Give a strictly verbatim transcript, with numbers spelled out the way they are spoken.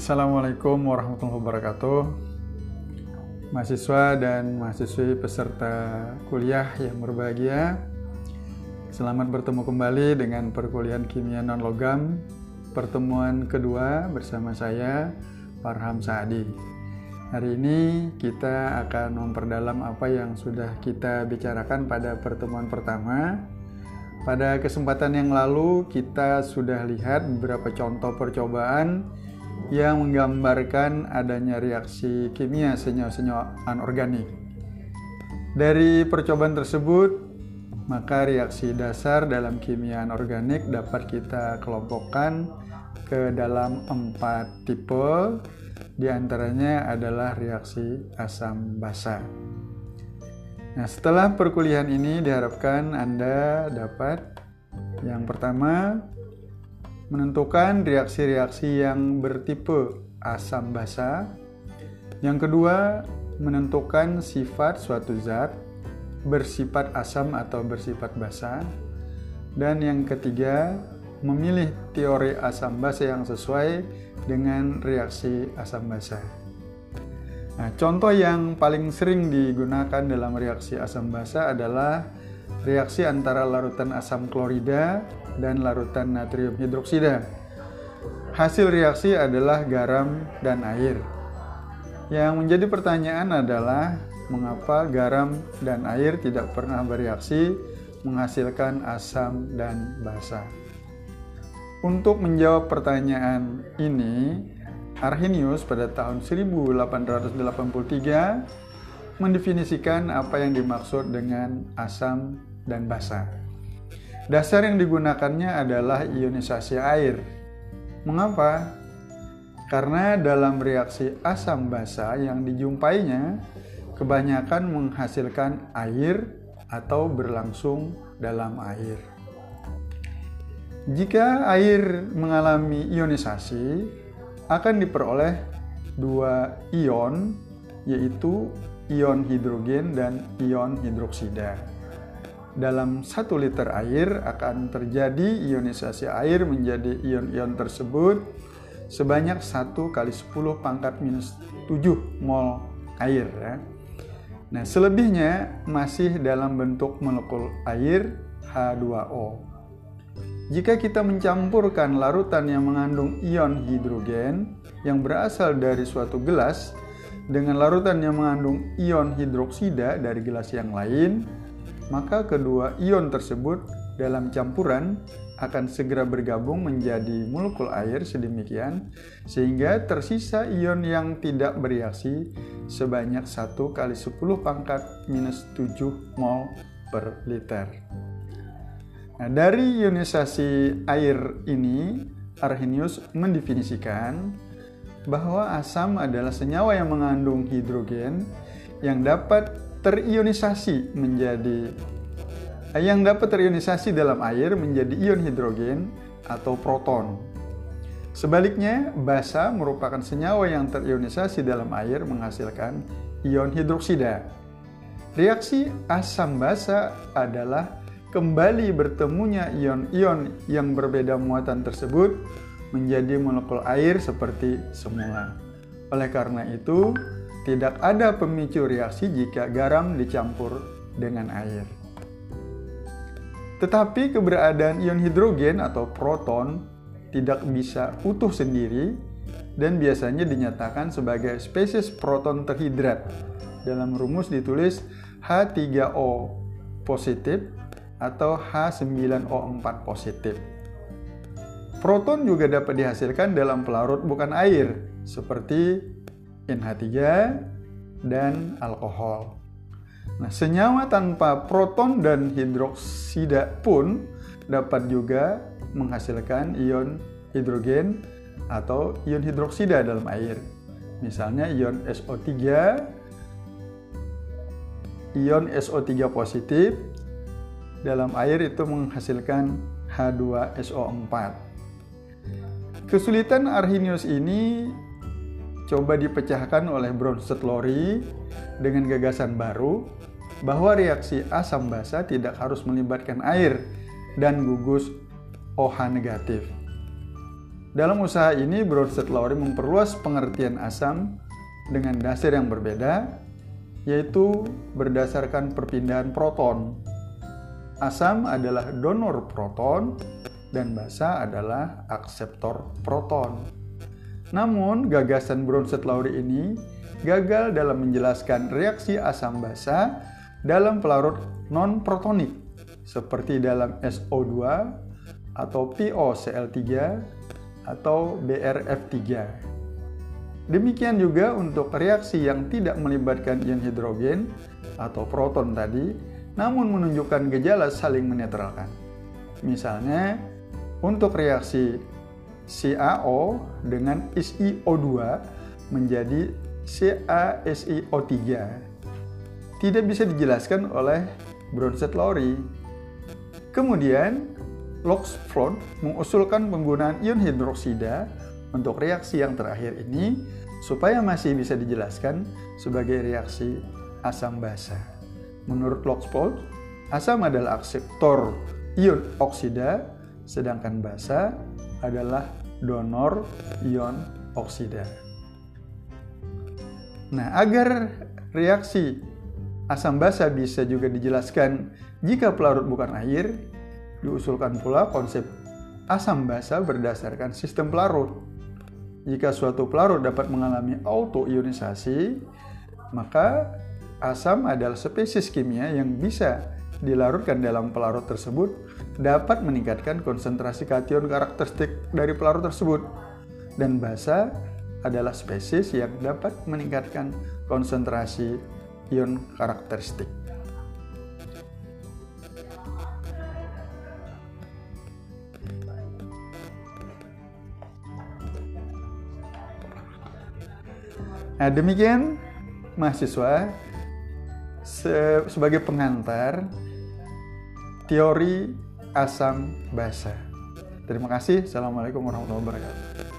Assalamualaikum warahmatullahi wabarakatuh. Mahasiswa dan mahasiswi peserta kuliah yang berbahagia, selamat bertemu kembali dengan perkuliahan kimia non-logam pertemuan kedua bersama saya, Farham Saadi. Hari ini kita akan memperdalam apa yang sudah kita bicarakan pada pertemuan pertama. Pada kesempatan yang lalu kita sudah lihat beberapa contoh percobaan yang menggambarkan adanya reaksi kimia senyawa-senyawa anorganik. Dari percobaan tersebut, maka reaksi dasar dalam kimia anorganik dapat kita kelompokkan ke dalam empat tipe, di antaranya adalah reaksi asam basa. Nah, setelah perkuliahan ini diharapkan Anda dapat yang pertama menentukan reaksi-reaksi yang bertipe asam basa. Yang kedua, menentukan sifat suatu zat bersifat asam atau bersifat basa. Dan yang ketiga, memilih teori asam basa yang sesuai dengan reaksi asam basa. Nah, contoh yang paling sering digunakan dalam reaksi asam basa adalah reaksi antara larutan asam klorida dan larutan natrium hidroksida. Hasil reaksi adalah garam dan air. Yang menjadi pertanyaan adalah mengapa garam dan air tidak pernah bereaksi menghasilkan asam dan basa. Untuk menjawab pertanyaan ini, Arrhenius pada tahun seribu delapan ratus delapan puluh tiga mendefinisikan apa yang dimaksud dengan asam dan basa. Dasar yang digunakannya adalah ionisasi air. Mengapa? Karena dalam reaksi asam basa yang dijumpainya kebanyakan menghasilkan air atau berlangsung dalam air. Jika air mengalami ionisasi, akan diperoleh dua ion, yaitu ion hidrogen dan ion hidroksida. Dalam satu liter air akan terjadi ionisasi air menjadi ion-ion tersebut sebanyak satu kali sepuluh pangkat minus tujuh mol air. Ya. Nah, selebihnya masih dalam bentuk molekul air H dua O. Jika kita mencampurkan larutan yang mengandung ion hidrogen yang berasal dari suatu gelas dengan larutan yang mengandung ion hidroksida dari gelas yang lain, maka kedua ion tersebut dalam campuran akan segera bergabung menjadi molekul air sedemikian sehingga tersisa ion yang tidak bereaksi sebanyak satu kali sepuluh pangkat minus tujuh mol per liter. Nah, dari ionisasi air ini, Arrhenius mendefinisikan bahwa asam adalah senyawa yang mengandung hidrogen yang dapat terionisasi menjadi yang dapat terionisasi dalam air menjadi ion hidrogen atau proton. Sebaliknya, basa merupakan senyawa yang terionisasi dalam air menghasilkan ion hidroksida. Reaksi asam basa adalah kembali bertemunya ion-ion yang berbeda muatan tersebut menjadi molekul air seperti semula. Oleh karena itu, tidak ada pemicu reaksi jika garam dicampur dengan air. Tetapi keberadaan ion hidrogen atau proton tidak bisa utuh sendiri dan biasanya dinyatakan sebagai spesies proton terhidrat. Dalam rumus ditulis H tiga O positif atau H sembilan O empat positif. Proton juga dapat dihasilkan dalam pelarut bukan air seperti N H tiga dan alkohol. Nah, senyawa tanpa proton dan hidroksida pun dapat juga menghasilkan ion hidrogen atau ion hidroksida dalam air. Misalnya ion S O tiga, ion S O tiga positif dalam air itu menghasilkan H dua S O empat. Kesulitan Arrhenius ini coba dipecahkan oleh Bronsted-Lowry dengan gagasan baru bahwa reaksi asam basa tidak harus melibatkan air dan gugus O H negatif. Dalam usaha ini, Bronsted-Lowry memperluas pengertian asam dengan dasar yang berbeda, yaitu berdasarkan perpindahan proton. Asam adalah donor proton dan basa adalah akseptor proton. Namun, gagasan Bronsted-Lowry ini gagal dalam menjelaskan reaksi asam basa dalam pelarut non-protonik, seperti dalam S O dua atau P O C L tiga atau B R F tiga. Demikian juga untuk reaksi yang tidak melibatkan ion hidrogen atau proton tadi, namun menunjukkan gejala saling menetralkan. Misalnya, untuk reaksi C A O dengan S i O dua menjadi C A S i O tiga. Tidak bisa dijelaskan oleh Bronsted-Lowry. Kemudian, Loxford mengusulkan penggunaan ion hidroksida untuk reaksi yang terakhir ini supaya masih bisa dijelaskan sebagai reaksi asam basa. Menurut Loxford, asam adalah akseptor ion oksida, sedangkan basa adalah donor ion oksida. Nah, agar reaksi asam basa bisa juga dijelaskan jika pelarut bukan air, diusulkan pula konsep asam basa berdasarkan sistem pelarut. Jika suatu pelarut dapat mengalami autoionisasi, maka asam adalah spesies kimia yang bisa dilarutkan dalam pelarut tersebut dapat meningkatkan konsentrasi kation karakteristik dari pelarut tersebut. Dan basa adalah spesies yang dapat meningkatkan konsentrasi ion karakteristik. Nah, demikian mahasiswa se sebagai pengantar teori asam basa. Terima kasih. Assalamualaikum warahmatullahi wabarakatuh.